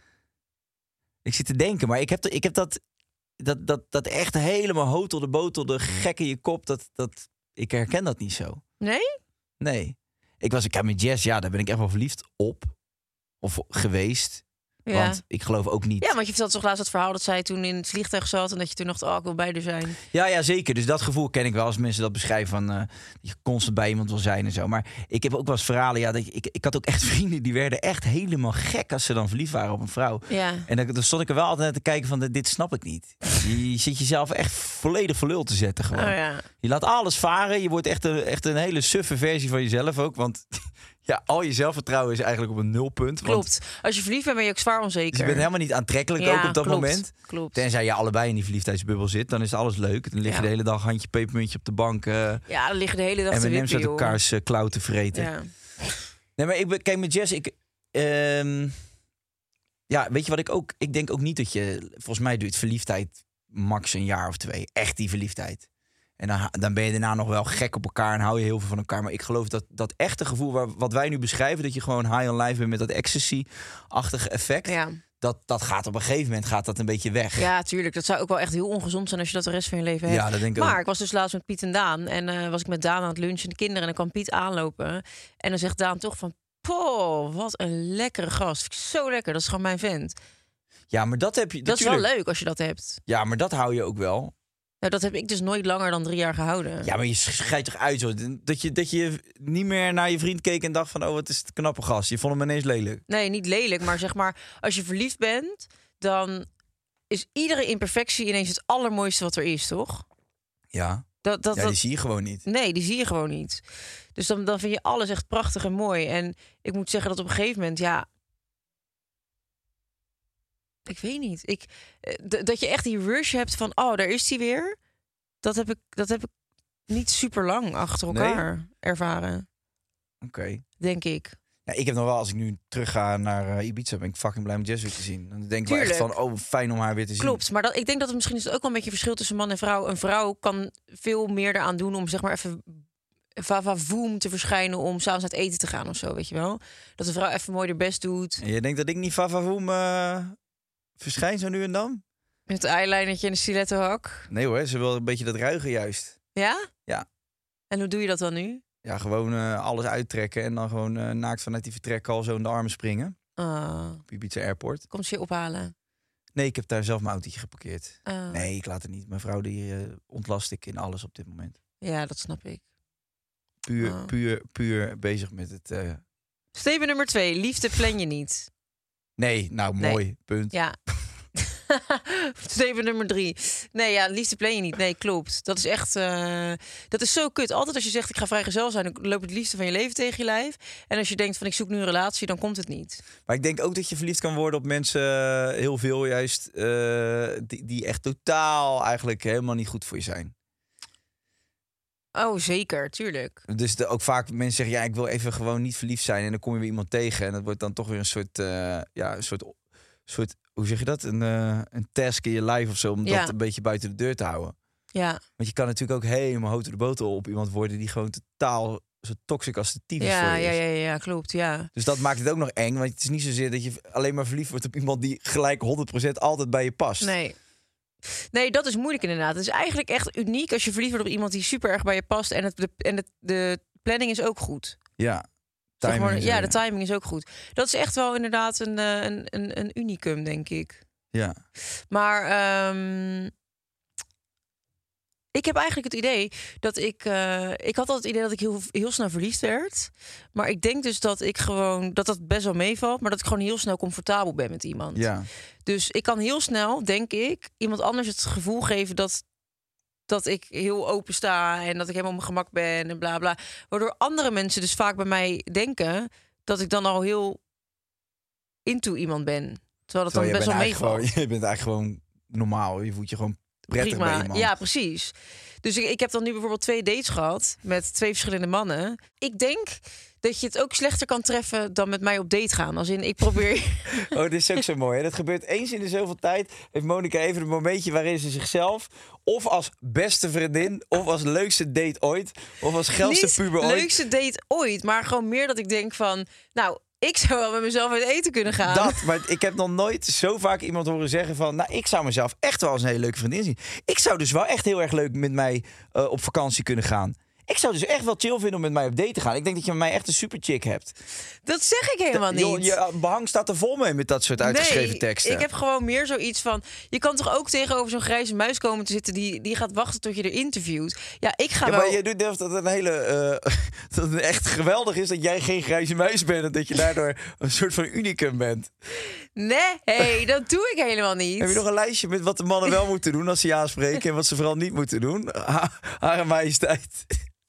Ik zit te denken, maar ik heb, ik heb dat, dat, dat, dat echt helemaal hotel de botel, de gek in je kop. Dat, dat, ik herken dat niet zo. Nee? Nee. Ik was, ik heb met Jess, ja, daar ben ik echt wel verliefd op. Of geweest. Ja. Want ik geloof ook niet... Ja, want je vertelde toch laatst het verhaal dat zij toen in het vliegtuig zat en dat je toen dacht, oh, ik wil bij haar zijn. Ja, ja, zeker. Dus dat gevoel ken ik wel als mensen dat beschrijven van uh, dat je constant bij iemand wil zijn en zo. Maar ik heb ook wel eens verhalen, ja, dat je, ik, ik had ook echt vrienden die werden echt helemaal gek als ze dan verliefd waren op een vrouw. Ja. En dan, dan stond ik er wel altijd naar te kijken van, dit snap ik niet. Je, je zit jezelf echt volledig voor lul te zetten gewoon. Oh, ja. Je laat alles varen. Je wordt echt een, echt een hele suffe versie van jezelf ook, want... Ja, al je zelfvertrouwen is eigenlijk op een nulpunt. Klopt. Als je verliefd bent, ben je ook zwaar onzeker. Dus je bent helemaal niet aantrekkelijk ja, ook op dat klopt, moment. Klopt. Tenzij je allebei in die verliefdheidsbubbel zit, dan is alles leuk. Dan lig je ja. de hele dag handje pepermuntje op de bank. Uh, ja, dan liggen de hele dag en te we wippen, nemen ze uit elkaars uh, klauw te vreten. Ja. Nee, maar ik kijk met Jess, ik... Um, ja, weet je wat ik ook... Ik denk ook niet dat je... Volgens mij duurt verliefdheid max een jaar of twee. Echt die verliefdheid. En dan, dan ben je daarna nog wel gek op elkaar en hou je heel veel van elkaar. Maar ik geloof dat dat echte gevoel waar, wat wij nu beschrijven... dat je gewoon high on life bent met dat ecstasy-achtige effect... Ja. Dat, dat gaat op een gegeven moment gaat dat een beetje weg. Ja, tuurlijk. Dat zou ook wel echt heel ongezond zijn als je dat de rest van je leven hebt. Ja, dat denk ik maar ook. Ik was dus laatst met Piet en Daan. En uh, was ik met Daan aan het lunchen en de kinderen. En dan kwam Piet aanlopen. En dan zegt Daan toch van... Poh, wat een lekkere gast. Vind ik zo lekker. Dat is gewoon mijn vent. Ja, maar dat heb je... Dat natuurlijk... is wel leuk als je dat hebt. Ja, maar dat hou je ook wel. Nou, dat heb ik dus nooit langer dan drie jaar gehouden. Ja, maar je scheidt toch uit, zo. Dat je, dat je niet meer naar je vriend keek en dacht van... oh, wat is het knappe gast. Je vond hem ineens lelijk. Nee, niet lelijk, maar zeg maar... als je verliefd bent, dan is iedere imperfectie ineens het allermooiste wat er is, toch? Ja, dat, dat, ja dat... die zie je gewoon niet. Nee, die zie je gewoon niet. Dus dan, dan vind je alles echt prachtig en mooi. En ik moet zeggen dat op een gegeven moment, ja... Ik weet niet. Ik, d- dat je echt die rush hebt van, oh, daar is hij weer. Dat heb ik, dat heb ik niet super lang achter elkaar nee? ervaren. Oké. Okay. Denk ik. Ja, ik heb nog wel, als ik nu terug ga naar uh, Ibiza, ben ik fucking blij om Jess weer te zien. Dan denk ik Tuurlijk. wel echt van, oh, fijn om haar weer te zien. Klopt, maar dat, ik denk dat het misschien is het ook wel een beetje verschil tussen man en vrouw. Een vrouw kan veel meer eraan doen om zeg maar even vavavoom te verschijnen om s'avonds uit eten te gaan of zo, weet je wel. Dat een vrouw even mooi haar best doet. En je denkt dat ik niet vavavoom uh, verschijn zo nu en dan? Met een eyelinertje en een stilettohak. Nee hoor, ze wil een beetje dat ruigen juist. Ja? Ja. En hoe doe je dat dan nu? Ja, gewoon uh, alles uittrekken en dan gewoon uh, naakt vanuit die vertrekhal zo in de armen springen. Uh, op Ibiza Airport. Komt ze je ophalen? Nee, ik heb daar zelf mijn autootje geparkeerd. Uh. Nee, ik laat het niet. Mijn vrouw die uh, ontlast ik in alles op dit moment. Ja, dat snap ik. Puur, uh. puur, puur bezig met het... Uh... Steven nummer twee. Liefde plan je niet. Nee, nou mooi. Nee. Punt. Ja. Steven nummer drie. Nee, ja, liefde plan je niet. Nee, klopt. Dat is echt... Uh, dat is zo kut. Altijd als je zegt, ik ga vrijgezel zijn, dan loopt het liefde van je leven tegen je lijf. En als je denkt van, ik zoek nu een relatie, dan komt het niet. Maar ik denk ook dat je verliefd kan worden op mensen, uh, heel veel juist, uh, die, die echt totaal eigenlijk helemaal niet goed voor je zijn. Oh, zeker, tuurlijk. Dus de, ook vaak mensen zeggen, ja, ik wil even gewoon niet verliefd zijn. En dan kom je weer iemand tegen. En dat wordt dan toch weer een soort, uh, ja, een soort, soort, hoe zeg je dat? Een, uh, een task in je life of zo, om ja. dat een beetje buiten de deur te houden. Ja. Want je kan natuurlijk ook helemaal houten de boter op iemand worden die gewoon totaal zo toxic als de tyfus ja, voor je is. Ja, ja, ja, klopt, ja. Dus dat maakt het ook nog eng. Want het is niet zozeer dat je alleen maar verliefd wordt op iemand die gelijk honderd procent altijd bij je past. Nee. Nee, dat is moeilijk inderdaad. Het is eigenlijk echt uniek als je verliefd wordt op iemand die super erg bij je past. En, het, de, en het, de planning is ook goed. Ja, zeg maar, ja, de timing is ook goed. Dat is echt wel inderdaad een, een, een, een unicum, denk ik. Ja. Maar um, ik heb eigenlijk het idee dat ik... Uh, ik had altijd het idee dat ik heel, heel snel verliefd werd. Maar ik denk dus dat ik gewoon... dat dat best wel meevalt. Maar dat ik gewoon heel snel comfortabel ben met iemand. Ja. Dus ik kan heel snel, denk ik, iemand anders het gevoel geven dat... dat ik heel open sta en dat ik helemaal op mijn gemak ben en bla bla. Waardoor andere mensen dus vaak bij mij denken dat ik dan al heel into iemand ben. Terwijl dat Terwijl dan best wel meevalt. Gewoon, je bent eigenlijk gewoon normaal. Je voelt je gewoon prettig Prima. bij iemand. Ja, precies. Dus ik, ik heb dan nu bijvoorbeeld twee dates gehad met twee verschillende mannen. Ik denk dat je het ook slechter kan treffen dan met mij op date gaan. Als in, ik probeer... Oh, dit is ook zo mooi. Hè? Dat gebeurt eens in de zoveel tijd. Heeft Monica even een momentje waarin ze zichzelf... of als beste vriendin, of als leukste date ooit... of als geilste Niet puber ooit. leukste date ooit, maar gewoon meer dat ik denk van... nou, ik zou wel met mezelf uit eten kunnen gaan. Dat, maar ik heb nog nooit zo vaak iemand horen zeggen van... nou, ik zou mezelf echt wel als een hele leuke vriendin zien. Ik zou dus wel echt heel erg leuk met mij uh, op vakantie kunnen gaan. Ik zou dus echt wel chill vinden om met mij op date te gaan. Ik denk dat je met mij echt een super chick hebt. Dat zeg ik helemaal de, niet. Je behang staat er vol mee met dat soort uitgeschreven nee, teksten. Ik heb gewoon meer zoiets van... je kan toch ook tegenover zo'n grijze muis komen te zitten... die, die gaat wachten tot je er interviewt. Ja, ik ga ja, wel... Maar je doet dat het een hele... Uh, dat het echt geweldig is dat jij geen grijze muis bent... en dat je daardoor een soort van unicum bent. Nee, hey, dat doe ik helemaal niet. Heb je nog een lijstje met wat de mannen wel moeten doen... als ze ja spreken en wat ze vooral niet moeten doen? Ha, Hare Majesteit...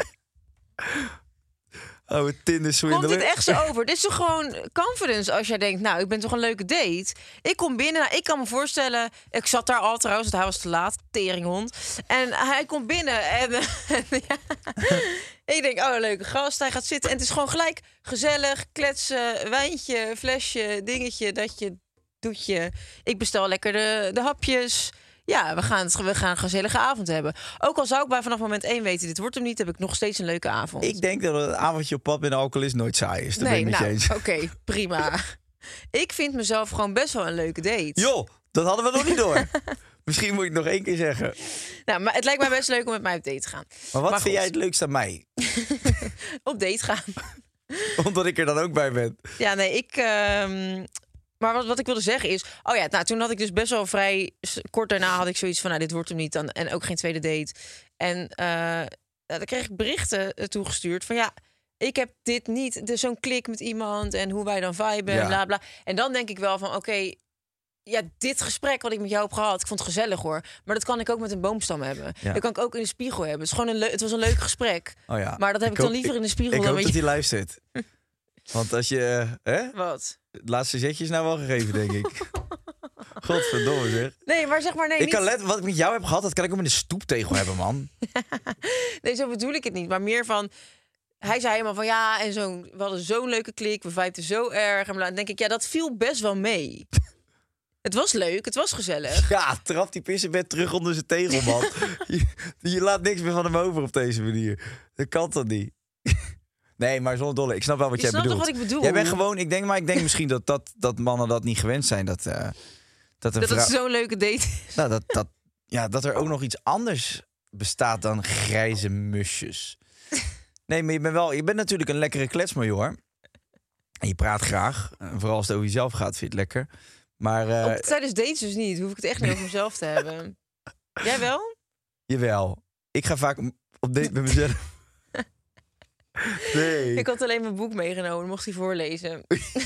Oh, Tinder swindler. Komt het echt zo over? Dit is toch gewoon confidence als jij denkt... nou, ik ben toch een leuke date. Ik kom binnen, nou, ik kan me voorstellen... ik zat daar al trouwens, want hij was te laat. Teringhond. En hij komt binnen en... en ja, ik denk, oh, een leuke gast. Hij gaat zitten en het is gewoon gelijk gezellig. Kletsen, wijntje, flesje, dingetje, datje, doetje. Ik bestel lekker de, de hapjes... Ja, we gaan, het, we gaan een gezellige avond hebben. Ook al zou ik bij vanaf moment één weten... dit wordt hem niet, heb ik nog steeds een leuke avond. Ik denk dat het avondje op pad met een alcoholist nooit saai is. Dat nee, ben ik met nou, je eens. Oké, okay, prima. Ik vind mezelf gewoon best wel een leuke date. Joh, dat hadden we nog niet door. Misschien moet ik het nog één keer zeggen. Nou, maar het lijkt mij best leuk om met mij op date te gaan. Maar wat maar vind jij het leukst aan mij? Op date gaan. Omdat ik er dan ook bij ben. Ja, nee, ik... Um... Maar wat, wat ik wilde zeggen is... Oh ja, nou, toen had ik dus best wel vrij... Kort daarna had ik zoiets van... Nou, dit wordt hem niet. Dan, en ook geen tweede date. En uh, dan kreeg ik berichten toegestuurd van... Ja, ik heb dit niet. Dus zo'n klik met iemand. En hoe wij dan viben. Ja. Bla, bla. En dan denk ik wel van... Oké, okay, ja, dit gesprek wat ik met jou heb gehad... Ik vond het gezellig hoor. Maar dat kan ik ook met een boomstam hebben. Ja. Dat kan ik ook in de spiegel hebben. Het, is gewoon een het was een leuk gesprek. Oh ja. Maar dat heb ik, ik dan liever ik, in de spiegel. Ik dan hoop met dat je... hij luistert. Want als je... Uh, hè? Wat? Het laatste zetje is nou wel gegeven, denk ik. Godverdomme, zeg. Nee, maar zeg maar nee. Ik niet... kan let, wat ik met jou heb gehad, dat kan ik ook met een stoeptegel hebben, man. Nee, zo bedoel ik het niet. Maar meer van... hij zei helemaal van ja, en zo'n, we hadden zo'n leuke klik, we vibten zo erg. En dan denk ik, ja, dat viel best wel mee. Het was leuk, het was gezellig. Ja, trap die pissenbed terug onder zijn tegel, man. je, je laat niks meer van hem over op deze manier. Dat kan toch niet? Nee, maar zonder dolle. Ik snap wel wat je jij bedoelt. Wat ik bedoel. Jij bent gewoon, ik denk, maar ik denk misschien dat, dat, dat mannen dat niet gewend zijn. Dat, uh, dat, een dat vrouw... het zo'n leuke date is. Nou, dat, dat, ja, dat er ook nog iets anders bestaat dan grijze musjes. Nee, maar je bent wel, je bent natuurlijk een lekkere kletsmajor. En je praat graag. En vooral als het over jezelf gaat, vind je het lekker. Maar, uh... Op, tijdens dates dus niet. Hoef ik het echt niet over mezelf te hebben. Jij wel? Jawel. Ik ga vaak op date met mezelf. Nee. Ik had alleen mijn boek meegenomen. Mocht hij voorlezen.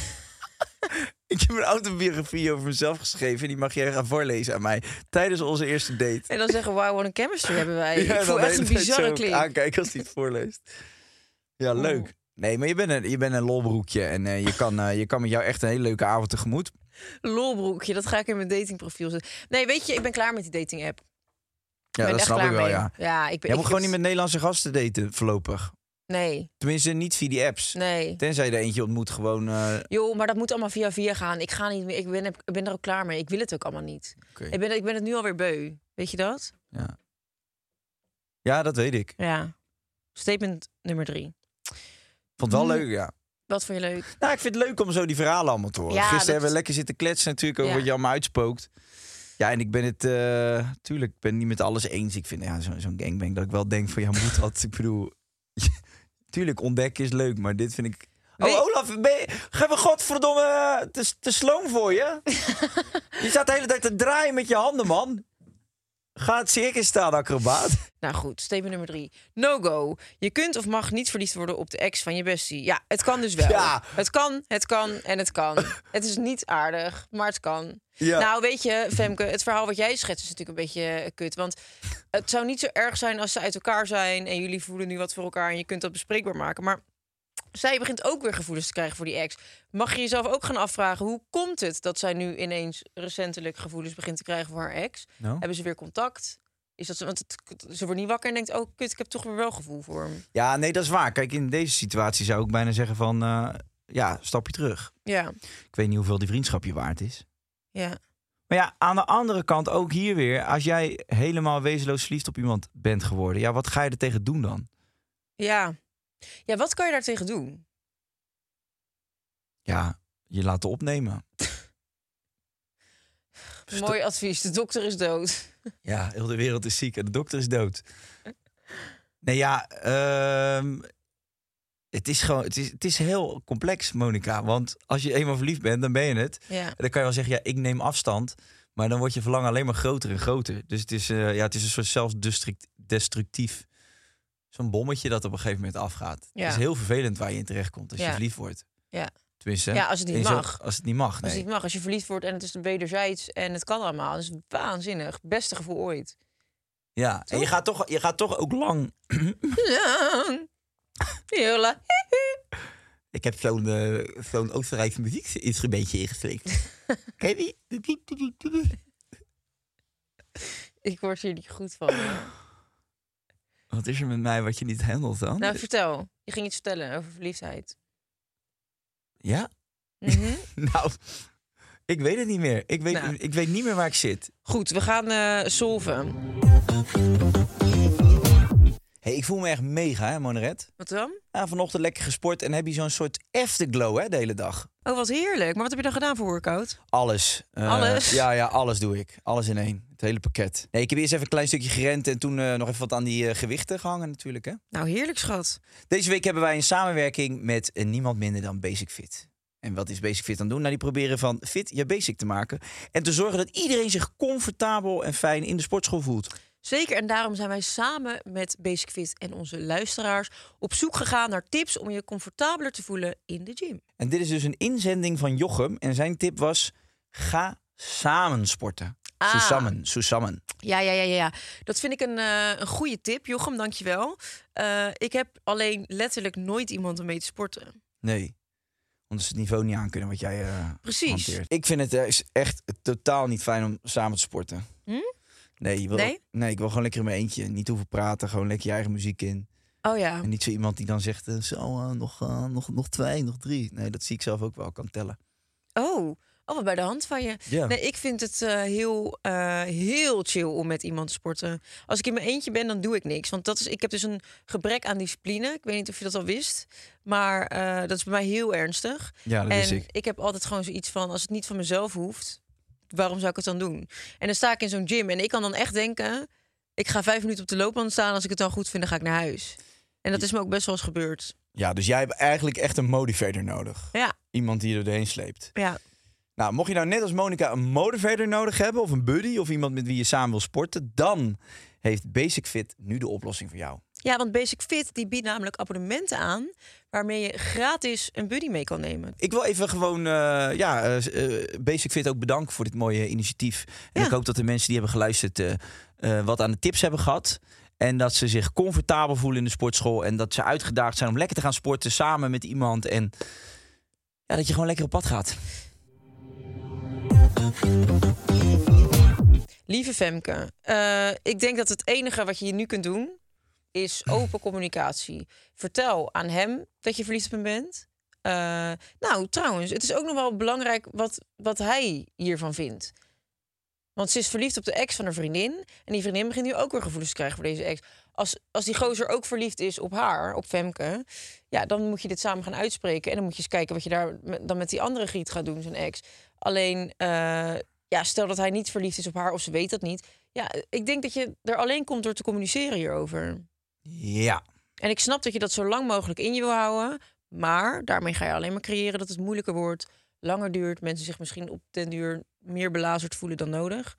Ik heb een autobiografie over mezelf geschreven. En die mag jij gaan voorlezen aan mij. Tijdens onze eerste date. En dan zeggen, wow, wat een chemistry hebben wij. Ja, ik voel echt een bizarre klik. Aankijken als hij het voorleest. Ja, leuk. Oeh. Nee, maar je bent een, je bent een lolbroekje. En uh, je, kan, uh, je kan met jou echt een hele leuke avond tegemoet. Lolbroekje, dat ga ik in mijn datingprofiel zetten. Nee, weet je, ik ben klaar met die dating app. Ja, dat snap ik wel, mee. ja. ja ik ben, Jij moet ik gewoon het... niet met Nederlandse gasten daten voorlopig. Nee. Tenminste, niet via die apps. Nee. Tenzij je er eentje ontmoet, gewoon... Uh... Jo, maar dat moet allemaal via via gaan. Ik ga niet meer. Ik ben, ik ben er ook klaar mee. Ik wil het ook allemaal niet. Okay. Ik, ben, ik ben het nu alweer beu. Weet je dat? Ja. Ja, dat weet ik. Ja. Statement nummer drie. Vond het wel hm. leuk, ja. Wat vond je leuk? Nou, ik vind het leuk om zo die verhalen allemaal te horen. Ja, Gisteren dat... hebben we lekker zitten kletsen natuurlijk over ja. wat je allemaal uitspookt. Ja, en ik ben het... Uh, tuurlijk, ik ben het niet met alles eens. Ik vind ja, zo, zo'n gangbang dat ik wel denk van... Ja, moet dat? Ik bedoel... Tuurlijk, ontdekken is leuk, maar dit vind ik... Oh, nee. Olaf, ben je... Geef me godverdomme te, te sloom voor je. Je staat de hele tijd te draaien met je handen, man. Ga het circus staan, acrobaat. Nou goed, statement nummer drie. No go. Je kunt of mag niet verliefd worden op de ex van je bestie. Ja, het kan dus wel. Ja. Het kan, het kan en het kan. Het is niet aardig, maar het kan. Ja. Nou, weet je, Femke, het verhaal wat jij schetst is natuurlijk een beetje kut. Want het zou niet zo erg zijn als ze uit elkaar zijn... en jullie voelen nu wat voor elkaar en je kunt dat bespreekbaar maken. Maar zij begint ook weer gevoelens te krijgen voor die ex. Mag je jezelf ook gaan afvragen... hoe komt het dat zij nu ineens recentelijk gevoelens begint te krijgen voor haar ex? No. Hebben ze weer contact? Is dat zo, want het, ze wordt niet wakker en denkt... oh, kut, ik heb toch weer wel gevoel voor hem. Ja, nee, dat is waar. Kijk, in deze situatie zou ik bijna zeggen van... Uh, ja, stapje terug. Ja. Ik weet niet hoeveel die vriendschap je waard is. Ja. Maar ja, aan de andere kant ook hier weer... als jij helemaal wezenloos verliefd op iemand bent geworden... ja, wat ga je er tegen doen dan? Ja. Ja, wat kan je daar tegen doen? Ja, je laten opnemen. Mooi advies. De dokter is dood. Ja, heel de wereld is ziek en de dokter is dood. Nee, ja... Uh, het is gewoon... Het is, het is heel complex, Monica. Want als je eenmaal verliefd bent, dan ben je het. Ja. En dan kan je wel zeggen, ja, ik neem afstand. Maar dan wordt je verlangen alleen maar groter en groter. Dus het is, uh, ja, het is een soort zelfdestructief... Zo'n bommetje dat op een gegeven moment afgaat. Ja. Het is heel vervelend waar je in terecht komt als ja. je verliefd wordt. Ja. Tenminste, ja, als het niet mag. Zo, als het niet mag, nee. Als het niet mag, als je verliefd wordt en het is een wederzijds en het kan allemaal. Dat is waanzinnig. Beste gevoel ooit. Ja, toch? En je gaat toch, je gaat toch ook lang... Heel lang. Ik heb zo'n uh, zo'n Oostenrijkse muziekinstrumentje ingesleept. Ken je die? Ik word hier niet goed van. Wat is er met mij wat je niet handelt dan? Nou, vertel. Je ging iets vertellen over verliefdheid. Ja? Mm-hmm. Nou, ik weet het niet meer. Ik weet, nou. ik weet niet meer waar ik zit. Goed, we gaan uh, solven. Hey, ik voel me echt mega, hè, Moneret? Wat dan? Ja, vanochtend lekker gesport en heb je zo'n soort afterglow, hè, de hele dag. Oh, wat heerlijk. Maar wat heb je dan gedaan voor workout? Alles. Uh, alles? Ja, ja, alles doe ik. Alles in één. Het hele pakket. Nee, ik heb eerst even een klein stukje gerend en toen uh, nog even wat aan die uh, gewichten gehangen natuurlijk, hè. Nou, heerlijk, schat. Deze week hebben wij een samenwerking met uh, niemand minder dan Basic Fit. En wat is Basic Fit dan doen? Nou, die proberen van fit je basic te maken. En te zorgen dat iedereen zich comfortabel en fijn in de sportschool voelt. Zeker, en daarom zijn wij samen met Basic Fit en onze luisteraars op zoek gegaan naar tips om je comfortabeler te voelen in de gym. En dit is dus een inzending van Jochem. En zijn tip was, ga samen sporten. Ah. Susamen, susamen. Ja, ja, ja, ja. Dat vind ik een, uh, een goede tip, Jochem, dankjewel. Uh, ik heb alleen letterlijk nooit iemand om mee te sporten. Nee. Omdat ze het niveau niet aan kunnen wat jij uh, Precies. hanteert. Ik vind het uh, is echt totaal niet fijn om samen te sporten. Hm? Nee, je wil, nee? nee, ik wil gewoon lekker in mijn eentje. Niet hoeven praten, gewoon lekker je eigen muziek in. Oh ja. En niet zo iemand die dan zegt, uh, zo, uh, nog, uh, nog, nog twee, nog drie. Nee, dat zie ik zelf ook wel, kan tellen. Oh, oh wat bij de hand van je. Ja. Nee, ik vind het uh, heel, uh, heel chill om met iemand te sporten. Als ik in mijn eentje ben, dan doe ik niks. Want dat is, ik heb dus een gebrek aan discipline. Ik weet niet of je dat al wist. Maar uh, dat is bij mij heel ernstig. Ja, dat en wist ik. ik heb altijd gewoon zoiets van, als het niet van mezelf hoeft, waarom zou ik het dan doen? En dan sta ik in zo'n gym en ik kan dan echt denken, ik ga vijf minuten op de loopband staan. Als ik het dan goed vind, dan ga ik naar huis. En dat is me ook best wel eens gebeurd. Ja, dus jij hebt eigenlijk echt een motivator nodig. Ja. Iemand die je er doorheen sleept. Ja. Nou, mocht je nou net als Monica een motivator nodig hebben, of een buddy, of iemand met wie je samen wil sporten, dan heeft Basic Fit nu de oplossing voor jou. Ja, want Basic Fit die biedt namelijk abonnementen aan waarmee je gratis een buddy mee kan nemen. Ik wil even gewoon uh, ja, uh, Basic Fit ook bedanken voor dit mooie initiatief. En Ja. ik hoop dat de mensen die hebben geluisterd uh, uh, wat aan de tips hebben gehad. En dat ze zich comfortabel voelen in de sportschool. En dat ze uitgedaagd zijn om lekker te gaan sporten samen met iemand. En ja, dat je gewoon lekker op pad gaat. Lieve Femke, uh, ik denk dat het enige wat je nu kunt doen is open communicatie. Vertel aan hem dat je verliefd op hem bent. Uh, nou, trouwens, het is ook nog wel belangrijk wat, wat hij hiervan vindt. Want ze is verliefd op de ex van haar vriendin. En die vriendin begint nu ook weer gevoelens te krijgen voor deze ex. Als, als die gozer ook verliefd is op haar, op Femke, ja, dan moet je dit samen gaan uitspreken. En dan moet je eens kijken wat je daar met, dan met die andere giet gaat doen, zijn ex. Alleen, uh, ja, stel dat hij niet verliefd is op haar of ze weet dat niet. Ja, ik denk dat je er alleen komt door te communiceren hierover. Ja. En ik snap dat je dat zo lang mogelijk in je wil houden. Maar daarmee ga je alleen maar creëren dat het moeilijker wordt, langer duurt. Mensen zich misschien op den duur meer belazerd voelen dan nodig.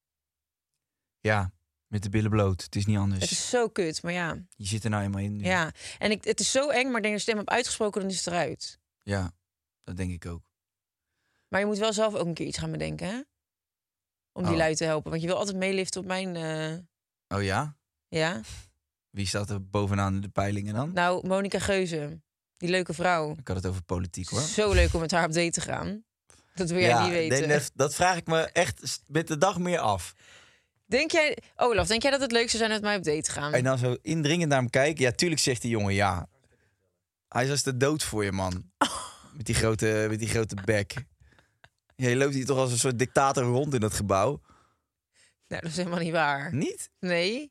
Ja, met de billen bloot. Het is niet anders. Het is zo kut, maar ja. Je zit er nou eenmaal in. Nu. Ja, en ik, het is zo eng, maar ik denk dat je stem hebt uitgesproken, dan is het eruit. Ja, dat denk ik ook. Maar je moet wel zelf ook een keer iets gaan bedenken, hè? Om die Oh. lui te helpen. Want je wil altijd meeliften op mijn... Uh... Oh ja? Ja? Wie staat er bovenaan de peilingen dan? Nou, Monica Geuze. Die leuke vrouw. Ik had het over politiek, hoor. Zo leuk om met haar op date te gaan. Dat wil jij ja, niet weten. Nee, dat vraag ik me echt met de dag meer af. Denk jij... Olaf, denk jij dat het leuk zou zijn met mij op date te gaan? En dan zo indringend naar hem kijken. Ja, tuurlijk zegt die jongen ja. Hij is als de dood voor je, man. Met die grote, met die grote bek. Ja, je loopt hier toch als een soort dictator rond in dat gebouw. Nou, dat is helemaal niet waar. Niet? Nee.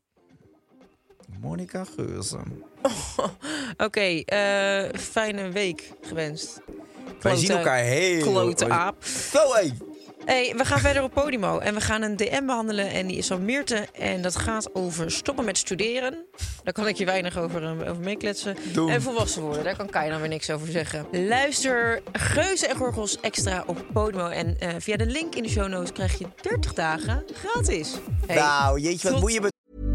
Monica Geuze. Oké, okay, uh, fijne week gewenst. Wij Klote, zien elkaar heel... Klote aap. Zo, hé! Hey, we gaan verder op Podimo en we gaan een D M behandelen en die is van Meerte. En dat gaat over stoppen met studeren. Daar kan ik je weinig over, uh, over meekletsen. Doen. En volwassen worden, daar kan Kai dan weer niks over zeggen. Luister Geuzen en Gorgels extra op Podimo. En uh, via de link in de show notes krijg je dertig dagen gratis. Hey, nou, jeetje, wat tot... moet je...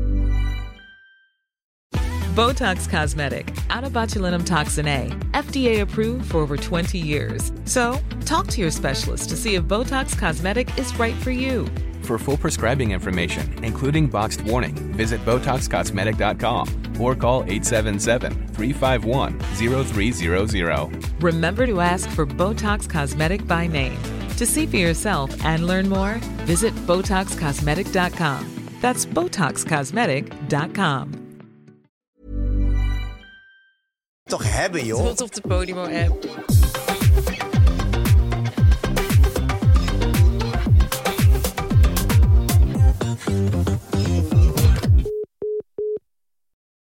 Botox Cosmetic, out of botulinum toxin A, F D A approved for over twenty years. So, talk to your specialist to see if Botox Cosmetic is right for you. For full prescribing information, including boxed warning, visit Botox Cosmetic dot com or call eight seven seven, three five one, zero three zero zero. Remember to ask for Botox Cosmetic by name. To see for yourself and learn more, visit Botox Cosmetic dot com. That's Botox Cosmetic dot com. Toch hebben, joh. Tot op de Podimo-app.